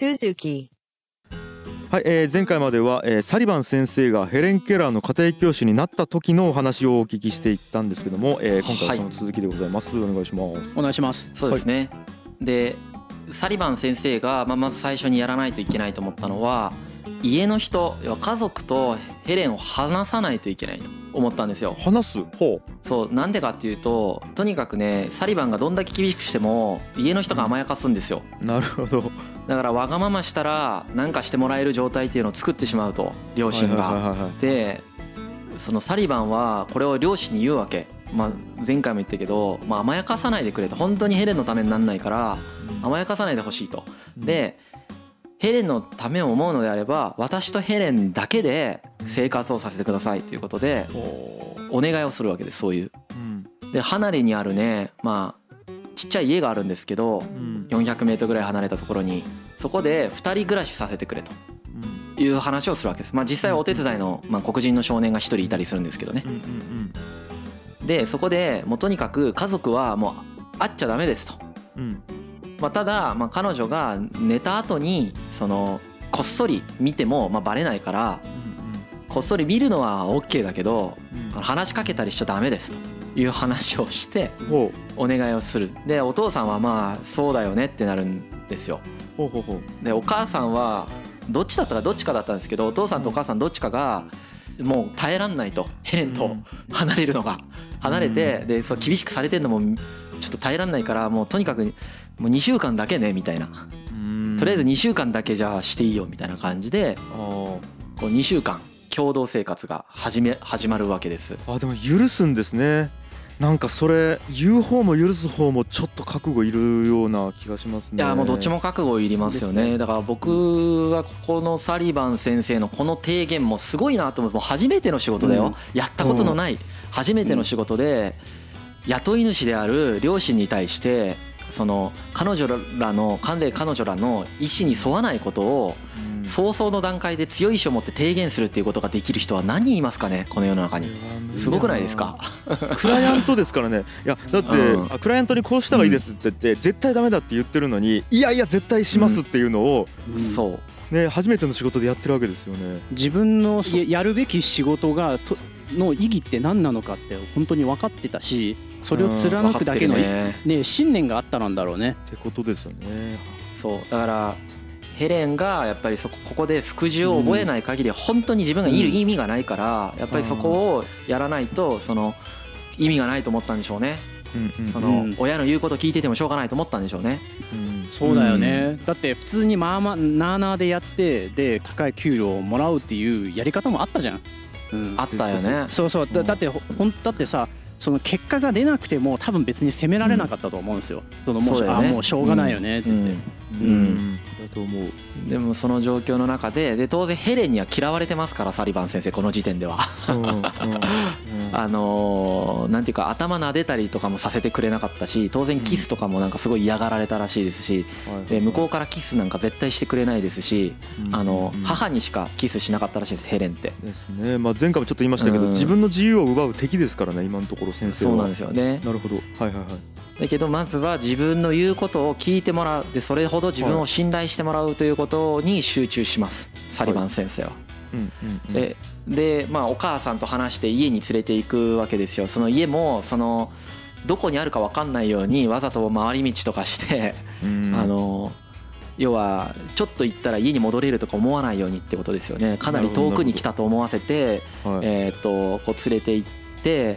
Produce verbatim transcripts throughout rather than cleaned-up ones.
Suzuki。 はい、えー、前回までは、えー、サリバン先生がヘレン・ケラーの家庭教師になった時のお話をお聞きしていったんですけども、えー、今回はその続きでございます、はい、お願いします。 お願いします。 そうですね、はい、でサリバン先生が、まあ、まず最初にやらないといけないと思ったのは、家の人、家族とヘレンを話さないといけないと思ったんですよ。 話すほうそうなんでかっていうと、とにかくね、サリバンがどんだけ厳しくしても家の人が甘やかすんですよ。 なるほど。 だからわがまましたら何かしてもらえる状態っていうのを作ってしまうと、両親が。でそのサリバンはこれを両親に言うわけ。まあ、前回も言ったけど、まあ、甘やかさないでくれと、本当にヘレンのためになんないから甘やかさないでほしいと。でヘレンのためを思うのであれば、私とヘレンだけで生活をさせてくださいということでお願いをするわけです。そういうで離れにあるね、まあちっちゃい家があるんですけど、よんひゃくメートルぐらい離れたところに、そこでふたり暮らしさせてくれという話をするわけです。まあ実際はお手伝いの、まあ、黒人の少年がひとりいたりするんですけどね。でそこでもうとにかく家族はもう会っちゃダメですと。まあ、ただ、まあ、彼女が寝た後にそのこっそり見てもまあバレないから、こっそり見るのは OK だけど話しかけたりしちゃダメですという話をしてお願いをする。でお父さんはまあそうだよねってなるんですよ。でお母さんはどっちだったかどっちかだったんですけど、お父さんとお母さんどっちかがもう耐えらんないと、ヘレンと離れるのが離れて、でそう厳しくされてるのもちょっと耐えらんないから、もうとにかくもうにしゅうかんだけねみたいな、とりあえずにしゅうかんだけじゃあしていいよみたいな感じで、こうにしゅうかん共同生活が始め始まるわけです。 あでも許すんですね。なんかそれ言う方も許す方もちょっと覚悟いるような気がしますね。 いやもうどっちも覚悟いりますよね。だから僕はここのサリバン先生のこの提言もすごいなと思って、もう初めての仕事だよ、うん、やったことのない初めての仕事で、雇い主である両親に対してその彼女らの彼女らの意思に沿わないことを早々の段階で強い意志を持って提言するっていうことができる人は何人いますかね、この世の中に。すごくないですか。 クライアントですからね。いやだって、うん、クライアントにこうしたらいいですって言って、うん、絶対ダメだって言ってるのに、いやいや絶対しますっていうのを、 うん、そうね、初めての仕事でやってるわけですよね。 自分のやるべき仕事がとの意義って何なのかって本当に分かってたし、それを貫くだけの、ねね、信念があったなんだろうねってことですよね。 そうだからヘレンがやっぱりそこここで服従を覚えない限り本当に自分がいる意味がないから、やっぱりそこをやらないとその意味がないと思ったんでしょうね。その親の言うこと聞いててもしょうがないと思ったんでしょうね。 うん、そうだよね。だって普通にまあまあなあなあでやってで高い給料をもらうっていうやり方もあったじゃん。 うん、あったよね。 そうそう。だ, だってほんだってさ、その結果が出なくても多分別に責められなかったと思うんですよ。うん、そのもう、ね、あもうしょうがないよねって言って。うん。うんうん、 だと思う。 でもその状況の中で、で当然ヘレンには嫌われてますから、サリバン先生この時点では。うんうん、あのー、なんていうか頭撫でたりとかもさせてくれなかったし、当然キスとかもなんかすごい嫌がられたらしいですし、で向こうからキスなんか絶対してくれないですし、あの母にしかキスしなかったらしいです、ヘレンって。 ですね。まあ前回もちょっと言いましたけど、自分の自由を奪う敵ですからね、今のところ先生は。 そうなんですよね。 なるほど。はいはいはい。 だけどまずは自分の言うことを聞いてもらう、でそれほど自分を信頼してもらうということに集中します、サリバン先生は。ででまあお母さんと話して家に連れて行くわけですよ。その家もそのどこにあるか分かんないようにわざと回り道とかしてあの要はちょっと行ったら家に戻れるとか思わないようにってことですよね。かなり遠くに来たと思わせてえっとこう連れて行って、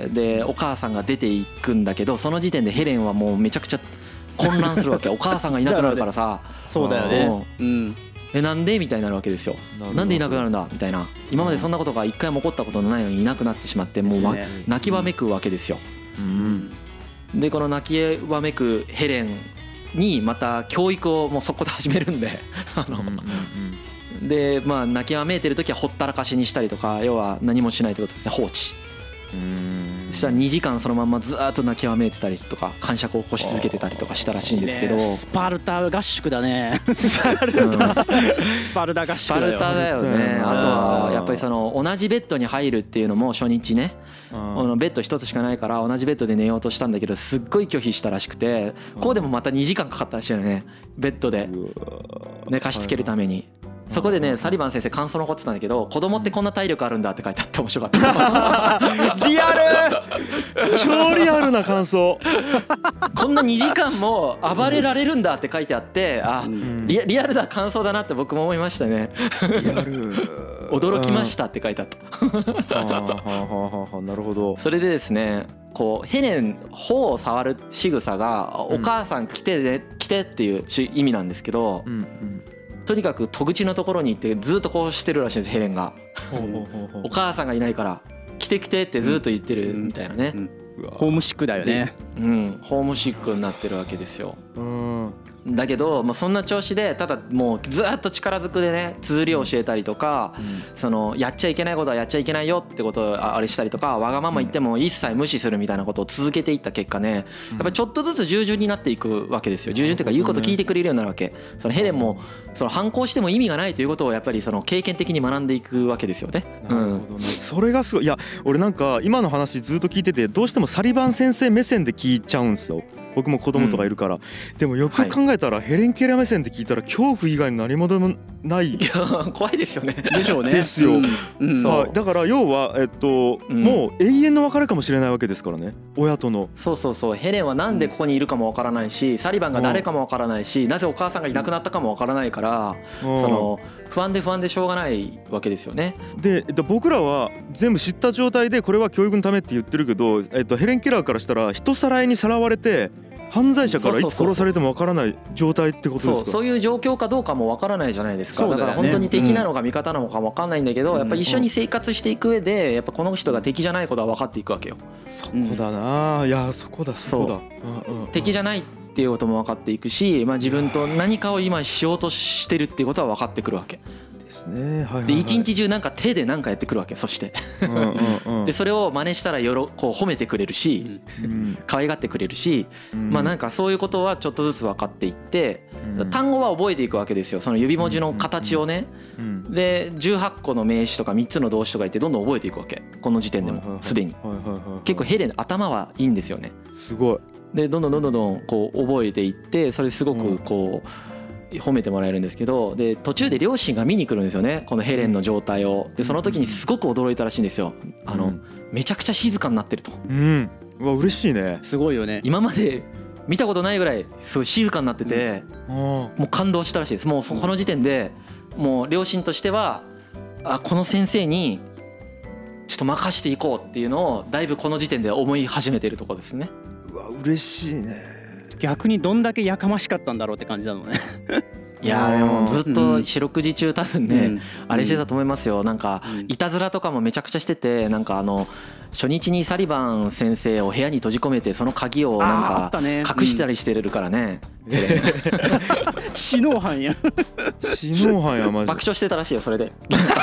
でお母さんが出ていくんだけど、その時点でヘレンはもうめちゃくちゃ混乱するわけ。お母さんがいなくなるからさ。 そうだよね。うん。 えなんでみたいになるわけですよ。なんでいなくなるんだみたいな。今までそんなことが一回も起こったことのないのにいなくなってしまって、もう泣きわめくわけですよ。うん、でこの泣きわめくヘレンにまた教育をもうそこで始めるんであの、うんうんうん、でまあ泣きわめいてる時はほったらかしにしたりとか、要は何もしないってことですね、放置。うん、そしたらにじかんそのまんまずっと泣きわめいてたりとか、感触を起こし続けてたりとかしたらしいんですけど、 スパルタ合宿だね。スパルタ、うん、スパルタ合宿だよ。 スパルタだよね。あとはやっぱりその同じベッドに入るっていうのも初日ね、ベッド一つしかないから同じベッドで寝ようとしたんだけど、すっごい拒否したらしくて、こうでもまたにじかんかかったらしいよね、ベッドで。 寝かしつけるために。そこでねサリバン先生感想残ってたんだけど、子供ってこんな体力あるんだって書いてあって面白かったリアル超リアルな感想こんなにじかんも暴れられるんだって書いてあって、あ、うん、リ, リアルな感想だなって僕も思いましたねリアル驚きましたって書いてあったなるほど。 それでですね、こうヘレン頬を触る仕草がお母さん来てね来てっていう意味なんですけど、うんうん、とにかく戸口のところに行ってずっとこうしてるらしいんですヘレンがお母さんがいないから来て来てってずっと言ってるみたいなね、うんうんうん、ホームシックだよね。 うん、ホームシックになってるわけですよ。うんだけど、まあ、そんな調子でただもうずっと力ずくでね綴りを教えたりとか、うん、そのやっちゃいけないことはやっちゃいけないよってことをあれしたりとか、わがまま言っても一切無視するみたいなことを続けていった結果ね、やっぱりちょっとずつ従順になっていくわけですよ。従順っていうか言うこと聞いてくれるようになるわけ。そのヘレンもその反抗しても意味がないということをやっぱりその経験的に学んでいくわけですよね。 なるほどね、うん、それがすごい。いや俺なんか今の話ずっと聞いててどうしてもサリバン先生目線で聞いちゃうんですよ。僕も子供とかいるから、うん、でもよく考えたら、はい、ヘレン・ケラー目線で聞いたら恐怖以外に何もでもない。いや怖いですよね。 でしょうね。 ですよ、うんうん、 はい、だから要は、えっとうん、もう永遠の別れかもしれないわけですからね、親との。 そうそうそう、ヘレンはなんでここにいるかもわからないし、サリバンが誰かもわからないし、うん、なぜお母さんがいなくなったかもわからないから、うん、その不安で不安でしょうがないわけですよね。 で、えっと、僕らは全部知った状態でこれは教育のためって言ってるけど、えっと、ヘレン・ケラーからしたら人さらいにさらわれて犯罪者からいつ殺されてもわからない状態ってことですか。 そう、そういう状況かどうかもわからないじゃないですか。 だ, ね、だから本当に敵なのか味方なのかもわかんないんだけど、うん、やっぱり一緒に生活していく上でやっぱこの人が敵じゃないことは分かっていくわけよ。 そこだな、うん、いやそこだそこだ、 そう、うんうんうん、敵じゃないっていうことも分かっていくし、まあ、自分と何かを今しようとしてるっていうことは分かってくるわけですね。はいはいはい、 で一日中なんか手で何かやってくるわけ。そしてうんうん、うん、でそれを真似したらよろこう褒めてくれるし、うん、可愛がってくれるし、うん、まあなんかそういうことはちょっとずつ分かっていって、うん、単語は覚えていくわけですよ。その指文字の形をね、うんうんうん、でじゅうはちこの名詞とかみっつの動詞とか言ってどんどん覚えていくわけ。この時点でもすでに結構ヘレン頭はいいんですよね。 すごい。 でどんどんどんどんこう覚えていって、それすごくこう、うん、褒めてもらえるんですけど、で途中で両親が見に来るんですよね、このヘレンの状態を。でその時にすごく驚いたらしいんですよ。あの、うん、めちゃくちゃ静かになってると。 うん、うわ嬉しいね。 すごいよね。 今まで見たことないぐらいすごい静かになってて、うん、もう感動したらしいです。もうこの時点でもう両親としてはあこの先生にちょっと任していこうっていうのをだいぶこの時点で思い始めてるところですね。 うわ嬉しいね。 逆にどんだけやかましかったんだろうって感じなのねいやでもずっと四六時中多分ねあれしてたと思いますよ。なんかいたずらとかもめちゃくちゃしてて、なんかあの初日にサリバン先生を部屋に閉じ込めてその鍵をなんか隠したりしてるからね。 知能犯や知能犯やマジで。 爆笑してたらしいよそれで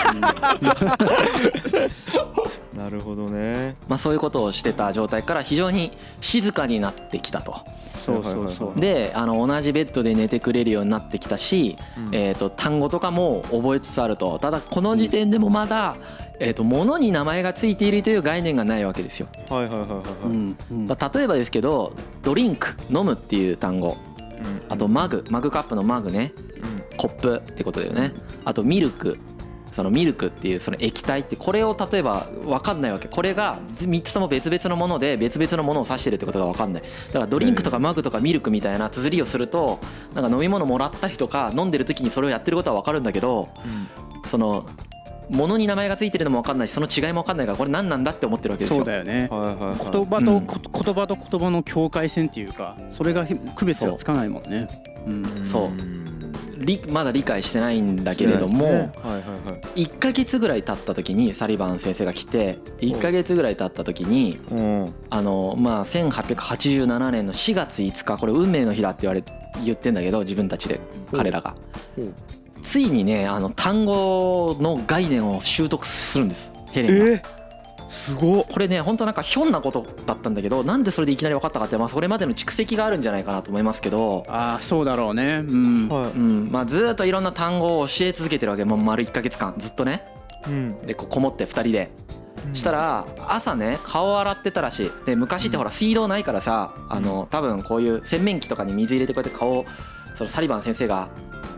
なるほどね。 まあそういうことをしてた状態から非常に静かになってきたと。 そうそうそう。 であの同じベッドで寝てくれるようになってきたし、うん、えーと単語とかも覚えつつあると。ただこの時点でもまだ、えーと物に名前がついているという概念がないわけですよ。 はいはいはいはい、はいうんうん、例えばですけどドリンク飲むっていう単語、うん、あとマグマグカップのマグね、うん、コップってことだよね。あとミルク、そのミルクっていうその液体って、これを例えば分かんないわけ。これがみっつとも別々のもので別々のものを指してるってことが分かんない。だからドリンクとかマグとかミルクみたいな綴りをするとなんか飲み物もらったりとか飲んでる時にそれをやってることは分かるんだけど、その物に名前がついてるのも分かんないし、その違いも分かんないからこれ何なんだって思ってるわけですよ。 そうだよね。言葉と言葉と言葉の境界線っていうか、それが区別がつかないもんね。 そうまだ理解してないんだけれども、いっかげつぐらい経った時にサリバン先生が来て、いっかげつぐらい経った時にあのまあせんはっぴゃくはちじゅうななねんのしがついつか、これ運命の日だって言われ言ってんだけど、自分たちで彼らがついにねあの単語の概念を習得するんです、ヘレンが。えーすごっ。 これね本当なんかひょんなことだったんだけど、なんでそれでいきなり分かったかって、まあそれまでの蓄積があるんじゃないかなと思いますけど。 ああそうだろうね。うん、 はい、うん、まあずっといろんな単語を教え続けてるわけ。もう丸いっかげつかんずっとね、うん、でこうこもってふたりで、うん、したら朝ね顔を洗ってたらしい。で昔ってほら水道ないからさ、あの多分こういう洗面器とかに水入れてこうやって顔をそのサリバン先生が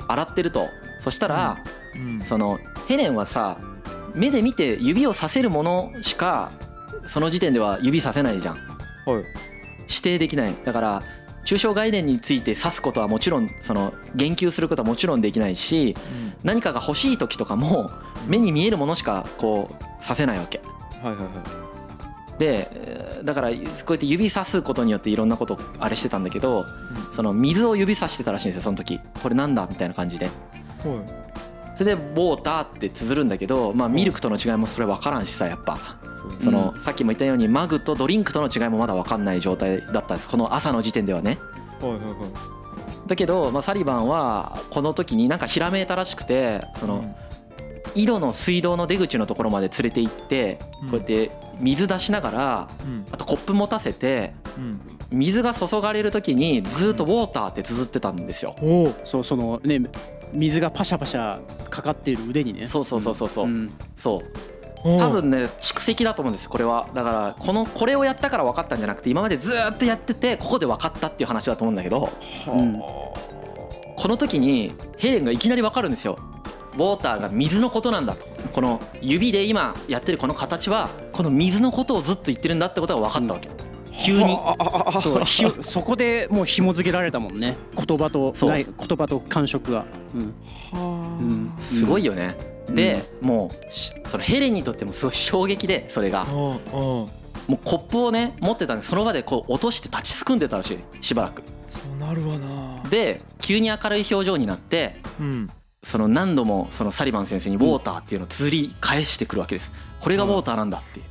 洗ってると、そしたら、 うん、 そのヘレンはさ目で見て指をさせるものしかその時点では指させないじゃん、 はい、 指定できない。だから抽象概念について指すことはもちろん、その言及することはもちろんできないし、 うん、 何かが欲しい時とかも目に見えるものしかこうさせないわけ。 はいはいはい。 でだからこうやって指さすことによっていろんなことあれしてたんだけど、その水を指さしてたらしいんですよその時。これなんだみたいな感じで、それでウォーターって綴るんだけど、まあミルクとの違いもそれ分からんしさ、やっぱそのさっきも言ったようにマグとドリンクとの違いもまだ分かんない状態だったんです、この朝の時点ではね。だけどまあサリバンはこの時になんかひらめいたらしくて、その井戸の水道の出口のところまで連れて行ってこうやって水出しながら、あとコップ持たせて水が注がれる時にずっとウォーターって綴ってたんですよ。 そう、そのね水がパシャパシャかかっている腕にね。 そうそうそうそうそう、うん、そう多分ね蓄積だと思うんですこれは。だからこのこれをやったから分かったんじゃなくて、今までずっとやっててここで分かったっていう話だと思うんだけど、うん、この時にヘレンがいきなり分かるんですよ。ウォーターが水のことなんだと、この指で今やってるこの形はこの水のことをずっと言ってるんだってことが分かったわけ、うん、急に。 そうひそこでもう紐付けられたもんね、言葉と言葉と感触が、うんうん、すごいよね、うん、でもうそのヘレンにとってもすごい衝撃で、それがもうコップをね持ってたんでその場でこう落として立ちすくんでたらしい、しばらく。 そうなるわな。で急に明るい表情になって、うん、その何度もそのサリバン先生にウォーターっていうのを綴り返してくるわけです。これがウォーターなんだっていう。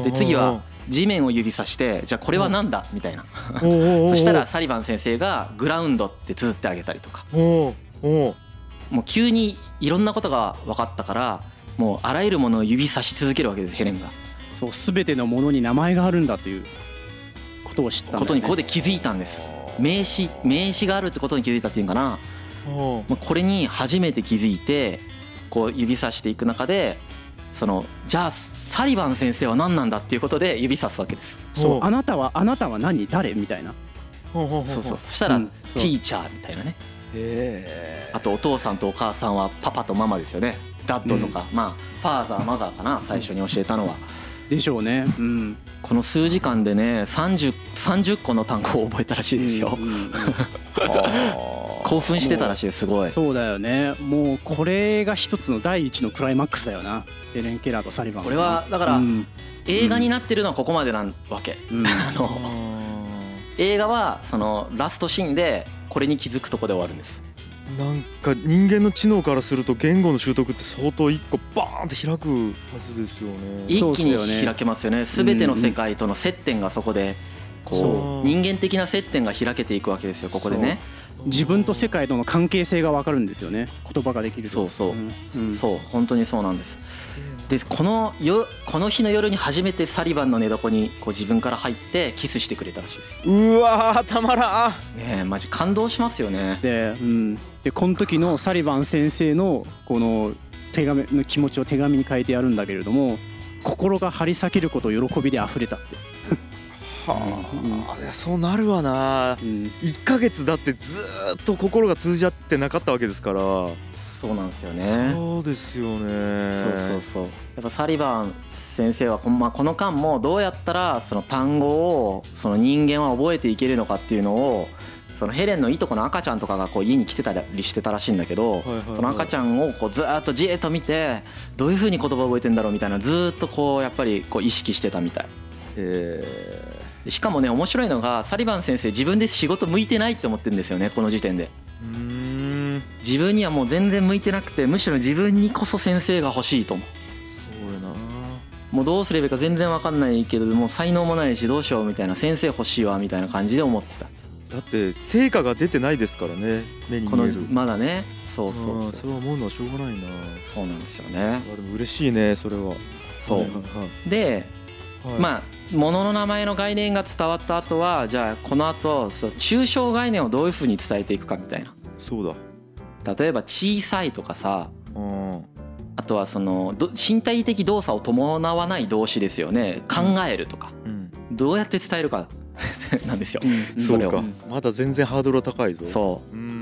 で次は地面を指さして、じゃあこれはなんだみたいなそしたらサリバン先生がグラウンドって綴ってあげたりとか、もう急にいろんなことが分かったから、もうあらゆるものを指さし続けるわけですヘレンが。 そう、全てのものに名前があるんだということを知ったんだよね。 ことにここで気づいたんです。名詞名詞があるってことに気づいたっていうかな。これに初めて気づいてこう指さしていく中で、そのじゃあサリバン先生は何なんだっていうことで指さすわけですよ。 そう、あなたはあなたは何誰みたいな。 そうそう、そしたら、うん、ティーチャーみたいなね。へあとお父さんとお母さんはパパとママですよね。ダッドとか、うん、まあファーザーマザーかな、最初に教えたのは。 でしょうね、うん、 この数時間でねさんじゅう、さんじゅっこの単語を覚えたらしいですよ、うんうんうん、興奮してたらしいです。すごい。 そうだよね。もうこれが一つの第一のクライマックスだよな、ヘレン・ケラーとサリバン。 これはだから、うん、映画になってるのはここまでなわけ、うん、あの映画はそのラストシーンでこれに気づくとこで終わるんです。 なんか人間の知能からすると言語の習得って相当一個バーンって開くはずですよね。 一気に開けますよね。全ての世界との接点がそこでこう人間的な接点が開けていくわけですよ、ここでね。 自分と世界との関係性が分かるんですよね、言葉ができると。 そうそう、うんうん、そう本当にそうなんです。でこのよこの日の夜に初めてサリバンの寝床にこう自分から入ってキスしてくれたらしいですよ。 うわーたまらんねえ、マジ感動しますよね。 で、うん、でこの時のサリバン先生のこの手紙の気持ちを手紙に書いてあるんだけれども、心が張り裂けること喜びで溢れたって。 はあ、うん、そうなるわな、うん、いっかげつだってずっと心が通じ合ってなかったわけですから。 そうなんですよね。 そうですよね。 そうそうそう。やっぱサリバン先生はこ、まあ、この間もどうやったらその単語をその人間は覚えていけるのかっていうのを、そのヘレンのいとこの赤ちゃんとかがこう家に来てたりしてたらしいんだけど、はいはいはい、その赤ちゃんをこうずっとじーっと見てどういう風に言葉を覚えてんだろうみたいな、ずっとこうやっぱりこう意識してたみたい。へー。しかもね面白いのがサリバン先生自分で仕事向いてないって思ってるんですよね、この時点で。うーん、自分にはもう全然向いてなくて、むしろ自分にこそ先生が欲しいと思う。 そうやな。 もうどうすればいいか全然分かんないけどもう才能もないしどうしようみたいな、先生欲しいわみたいな感じで思ってたんです。 だって成果が出てないですからね、目に見えるこのまだね。そうそうそう、 それは思うのはしょうがないな。 そうなんですよね。 でも嬉しいねそれは。 そう、はいはいはい、で、はい、まあ物の名前の概念が伝わった後は、じゃあこの後その抽象概念をどういうふうに伝えていくかみたいな。 そうだ。例えば小さいとかさ、うん、あとはその身体的動作を伴わない動詞ですよね。考えるとか、うん、どうやって伝えるかなんですよ、うん、それを。 そうか、まだ全然ハードルは高いぞ。 そう、うん、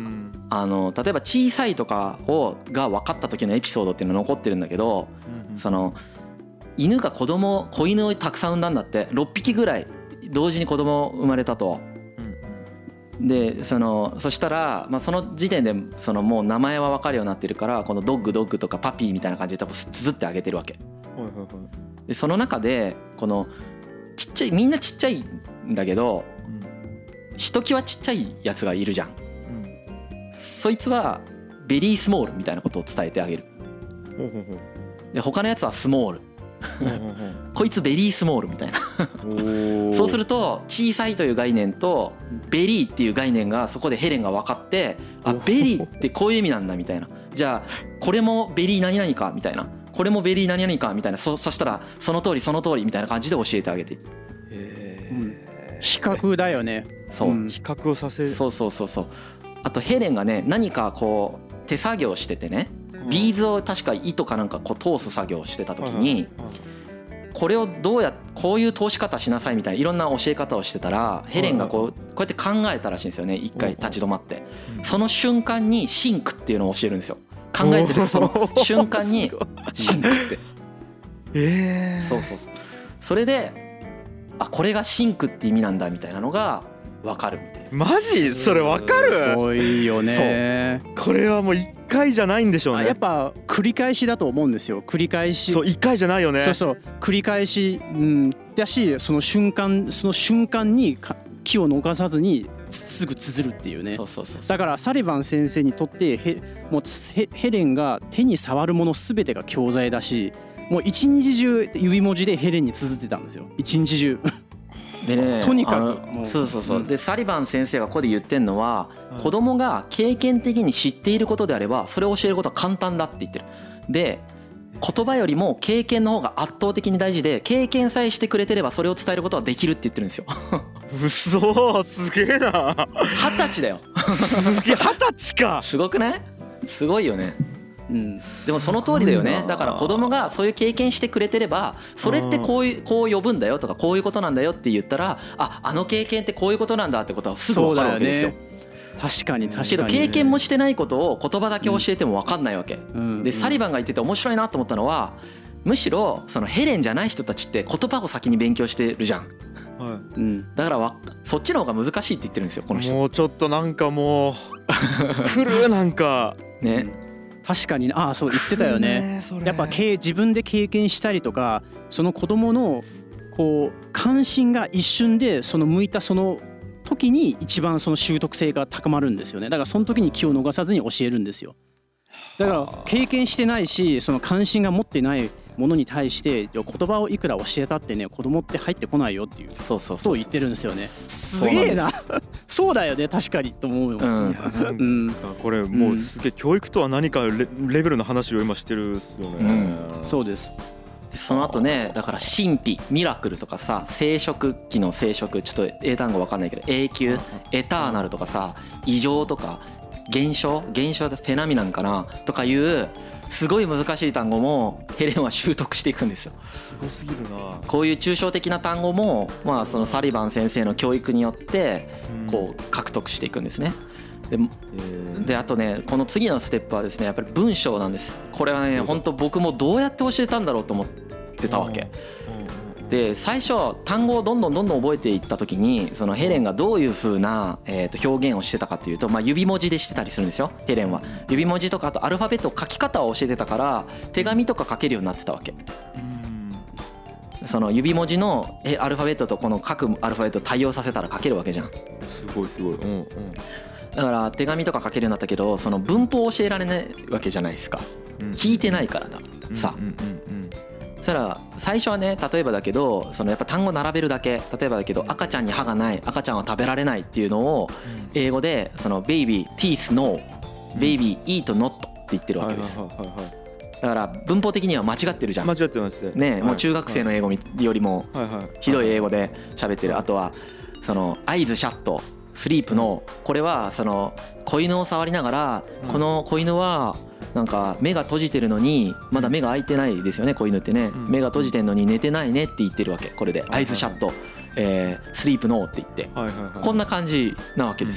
あの例えば小さいとかをが分かった時のエピソードっていうのが残ってるんだけど、その犬が子供子犬をたくさん産んだんだって。ろっぴきぐらい同時に子供生まれたと。でそのそしたら、まあ、その時点でそのもう名前は分かるようになってるから、このドッグドッグとかパピーみたいな感じで多分綴ってあげてるわけ。でその中でこのちっちゃいみんなちっちゃいんだけど、ひときわちっちゃいやつがいるじゃん。そいつはベリースモールみたいなことを伝えてあげる。で他のやつはスモールこいつベリースモールみたいなそうすると小さいという概念とベリーっていう概念がそこでヘレンが分かって、あベリーってこういう意味なんだみたいな、じゃあこれもベリー何々かみたいな、これもベリー何々かみたいな、 そ, そしたらその通りその通りみたいな感じで教えてあげていく。 へー、比較だよね。 そう、 うん、比較をさせる。 そうそうそうそう。あとヘレンがね何かこう手作業しててね、ビーズを確か糸かなんかこう通す作業をしてた時に、これをどうやこういう通し方しなさいみたいないろんな教え方をしてたら、ヘレンがこうこうやって考えたらしいんですよね。一回立ち止まって、その瞬間にシンクっていうのを教えるんですよ。考えてるその瞬間にシンクって。 えー、 そうそうそう。それであこれがシンクって意味なんだみたいなのが分かるみたいな。 マジそれ分かる？ すごいよね。 これはもう一回じゃないんでしょうね。 やっぱ繰り返しだと思うんですよ。繰り返し。 そう一回じゃないよね。 そうそう繰り返し、うん、だしその瞬間その瞬間に気を逃さずにすぐ綴るっていうね。 そうそうそうそう。 だからサリバン先生にとってヘもうヘヘレンが手に触るもの全てが教材だし、もう一日中指文字でヘレンに綴ってたんですよ。一日中。 でね、 とにかくそうそうそう、うん、でサリバン先生がここで言ってるのは、うん、子供が経験的に知っていることであればそれを教えることは簡単だって言ってる。で言葉よりも経験の方が圧倒的に大事で、経験さえしてくれてればそれを伝えることはできるって言ってるんですようそすげえな。 二十歳だよすげえ二十歳か。 すごくない？すごいよね。うん、でもその通りだよね。だから子供がそういう経験してくれてれば、それってこういうこう呼ぶんだよとかこういうことなんだよって言ったら、ああの経験ってこういうことなんだってことはすぐ分かるわけですよ。 確かに確かに。 けど経験もしてないことを言葉だけ教えても分かんないわけ、うん、でサリバンが言ってて面白いなと思ったのは、むしろそのヘレンじゃない人たちって言葉を先に勉強してるじゃん、はいうん、だからわそっちの方が難しいって言ってるんですよこの人。 もうちょっとなんかもう来るなんかね、うん確かにああそう言ってたよね。やっぱ自分で経験したりとか、その子供のこう関心が一瞬でその向いたその時に一番その習得性が高まるんですよね。だからその時に気を逃さずに教えるんですよ。だから経験してないし、その関心が持ってないものに対して言葉をいくら教えたってね、子供って入ってこないよっていうことを言ってるんですよね。すげえな。そうだよね確かにと思うよ、うん、いやなんかこれもうすげえ教育とは何か レ, レベルの話を今してるっすよね、 うん、そうです。 でその後ね、だから神秘ミラクルとかさ、生殖期の生殖ちょっと英単語わかんないけど永久エターナルとかさ、異常とか現象現象でフェナミナンかなとかいうすごい難しい単語もヘレンは習得していくんですよ。 すごすぎるな。 こういう抽象的な単語も、まあ、そのサリバン先生の教育によってこう獲得していくんですね。で, であとね、この次のステップはですね、やっぱり文章なんです。これはね本当僕もどうやって教えたんだろうと思ってたわけで、最初単語をどんどんどんどん覚えていった時に、そのヘレンがどういう風な、えー、と表現をしてたかというと、まあ、指文字でしてたりするんですよ。ヘレンは指文字とかあとアルファベット書き方を教えてたから、手紙とか書けるようになってたわけ。その指文字のアルファベットとこの書くアルファベットを対応させたら書けるわけじゃん。 すごいすごい、うんうん、 だから手紙とか書けるようになったけど、その文法を教えられないわけじゃないですか、うん、聞いてないからださ、うんうんうんうん、そしたら最初はね、例えばだけどそのやっぱ単語並べるだけ、例えばだけど赤ちゃんに歯がない、赤ちゃんは食べられないっていうのを英語でその baby teeth no baby eat not って言ってるわけです。だから文法的には間違ってるじゃん。 間違ってますね。 ね、もう中学生の英語よりもひどい英語で喋ってる。あとはそのアイズシャットスリープのこれはその子犬を触りながら、この子犬はなんか目が閉じてるのにまだ目が開いてないですよね、子犬ってね。目が閉じてるのに寝てないねって言ってるわけ。これでアイズシャット、えー、スリープノーって言って、こんな感じなわけですよ。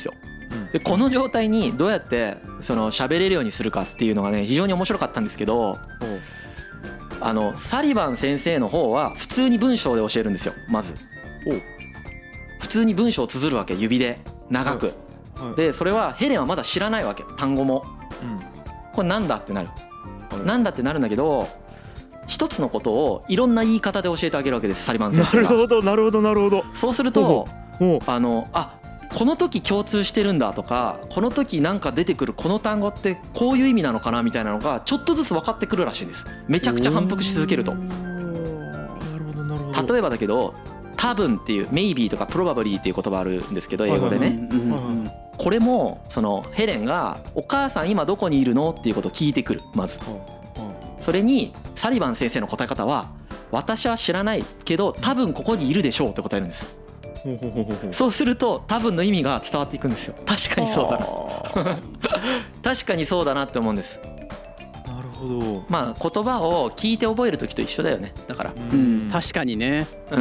でこの状態にどうやってその喋れるようにするかっていうのがね非常に面白かったんですけど、あのサリバン先生の方は普通に文章で教えるんですよ。まず普通に文章を綴るわけ、指で長く。でそれはヘレンはまだ知らないわけ、単語も。これなんだってなる、なんだってなるんだけど、一つのことをいろんな言い方で教えてあげるわけです、サリバン先生が。 なるほどなるほどなるほど。 そうするとあのあこの時共通してるんだとか、この時なんか出てくるこの単語ってこういう意味なのかなみたいなのがちょっとずつ分かってくるらしいんです。めちゃくちゃ反復し続けると。例えばだけど多分っていう maybe とか probably っていう言葉あるんですけど英語でね、これもそのヘレンがお母さん今どこにいるのっていうことを聞いてくる。まずそれにサリバン先生の答え方は私は知らないけど多分ここにいるでしょうって答えるんです。そうすると多分の意味が伝わっていくんですよ。確かにそうだな確かにそうだなって思うんです。 なるほど。 まあ言葉を聞いて覚える時と一緒だよね。だからうん、確かにね、うん、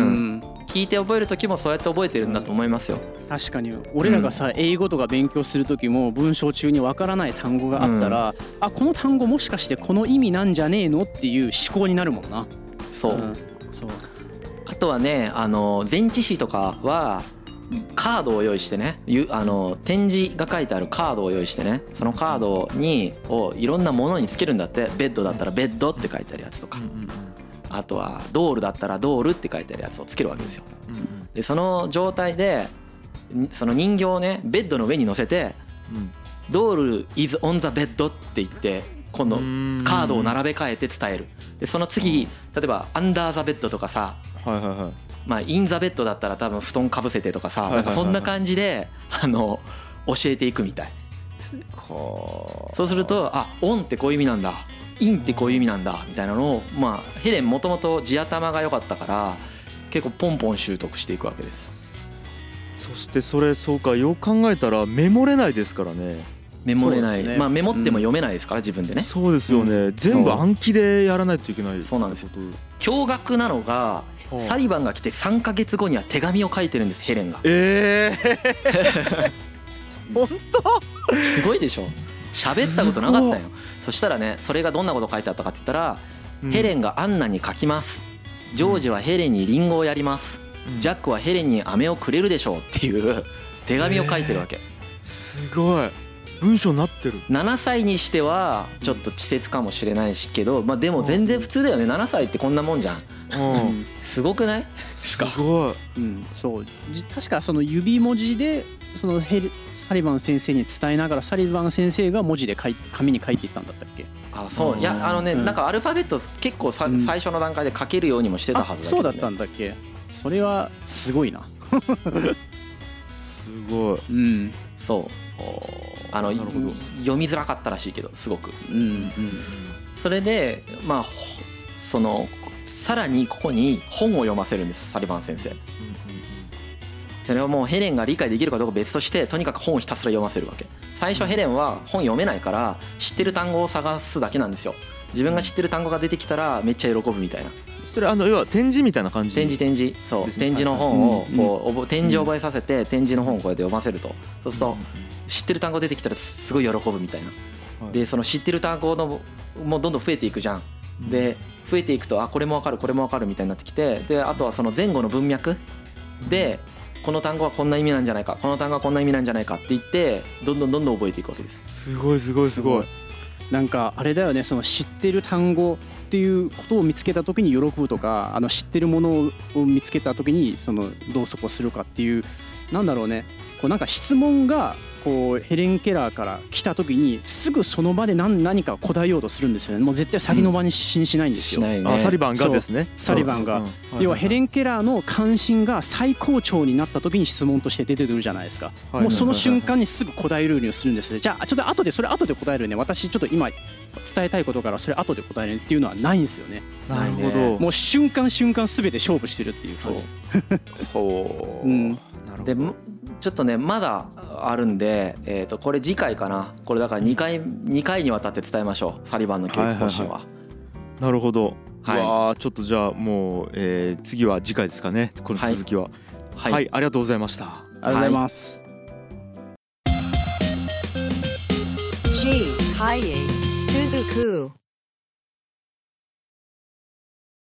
聞いて覚える時もそうやって覚えてるんだと思いますよ。 確かに俺らがさ、英語とか勉強する時も文章中にわからない単語があったら、うん、あこの単語もしかしてこの意味なんじゃねえのっていう思考になるもんな。 そう、うん、そう。あとはね、あの前置詞とかはカードを用意してね、あの点字が書いてあるカードを用意してね、そのカードにをいろんなものにつけるんだって。ベッドだったらベッドって書いてあるやつとか、あとはドールだったらドールって書いてあるやつをつけるわけですよ。でその状態でその人形をねベッドの上に乗せて、ドール is on the bed って言って今度カードを並べ替えて伝える。でその次例えば under the bed とかさ、はいはいはい、まあインザベッドだったら多分布団かぶせてとかさ、なんかそんな感じであの教えていくみたい。そうするとあオンってこういう意味なんだ、インってこういう意味なんだみたいなのを、まあヘレンもともと地頭が良かったから結構ポンポン習得していくわけです。 そしてそれそうか、よく考えたらメモれないですからね。 メモれない、ね、まあメモっても読めないですから、うん、自分でね。 そうですよね、うん、全部暗記でやらないといけない。 そうなんですよ。驚愕なのがサリバンが来てさんかげつごには手紙を書いてるんです、ヘレンが。ええー、本当すごいでしょ。喋ったことなかったよ。そしたらね、それがどんなこと書いてあったかって言ったら、うん、ヘレンがアンナに書きます、ジョージはヘレンにリンゴをやります、うん、ジャックはヘレンに飴をくれるでしょうっていう手紙を書いてるわけ、えー、すごい文章になってる。 ななさいにしてはちょっと稚拙かもしれないしけど、まあでも全然普通だよね。ななさいってこんなもんじゃん。うん、すごくない？ すごい。 うん、そう。確かその指文字でそのヘルサリバン先生に伝えながら、サリバン先生が文字で書い紙に書いていったんだったっけ？ あ、そう。いやあのね、うん、なんかアルファベット結構さ、うん、最初の段階で書けるようにもしてたはずだけど、ね。 そうだったんだっけ？それはすごいな。 すごい。 うん。そう。あの読みづらかったらしいけどすごく、うんうん、それでまあそのさらにここに本を読ませるんです、サリバン先生。それはもうヘレンが理解できるかどうか別として、とにかく本をひたすら読ませるわけ。最初ヘレンは本読めないから知ってる単語を探すだけなんですよ。自分が知ってる単語が出てきたらめっちゃ喜ぶみたいな。 それあの要は展示みたいな感じ。 展示展示そう、ね、展示の本をこう展示を覚えさせて、展示の本をこうやって読ませると、そうすると知ってる単語出てきたらすごい喜ぶみたいな。でその知ってる単語のもうどんどん増えていくじゃん。で増えていくとあこれも分かるこれも分かるみたいになってきて、であとはその前後の文脈でこの単語はこんな意味なんじゃないか、この単語はこんな意味なんじゃないかって言ってどんどんどんどん覚えていくわけです。 すごいすごいすごい。 なんかあれだよね、その知ってる単語っていうことを見つけた時に喜ぶとか、あの知ってるものを見つけた時にそのどうそこするかっていう、なんだろうね、こうなんか質問がこうヘレン・ケラーから来た時にすぐその場で 何, 何か答えようとするんですよね。もう絶対先の場にししないんですよ、うんね、あサリバンがですね。 サリバンが、うん、要はヘレン・ケラーの関心が最高潮になった時に質問として出てくるじゃないですか、はい、もうその瞬間にすぐ答えるようにするんですね。じゃあちょっと後でそれ後で答えるね、私ちょっと今伝えたいことからそれ後で答えるねっていうのはないんですよね。 なるほど。 もう瞬間瞬間全て勝負してるっていう。 そうほう、うん、なるほど。でちょっとねまだあるんで、えー、とこれ次回かな。これだから2回にかいにわたって伝えましょう、サリバンの教育方針は、はいはいはい、 なるほど、はい、わちょっとじゃあもう、えー、次は次回ですかね、この続きは。はい、はいはい、ありがとうございました。 ありがとうございます、はい。 Kaie Suzuku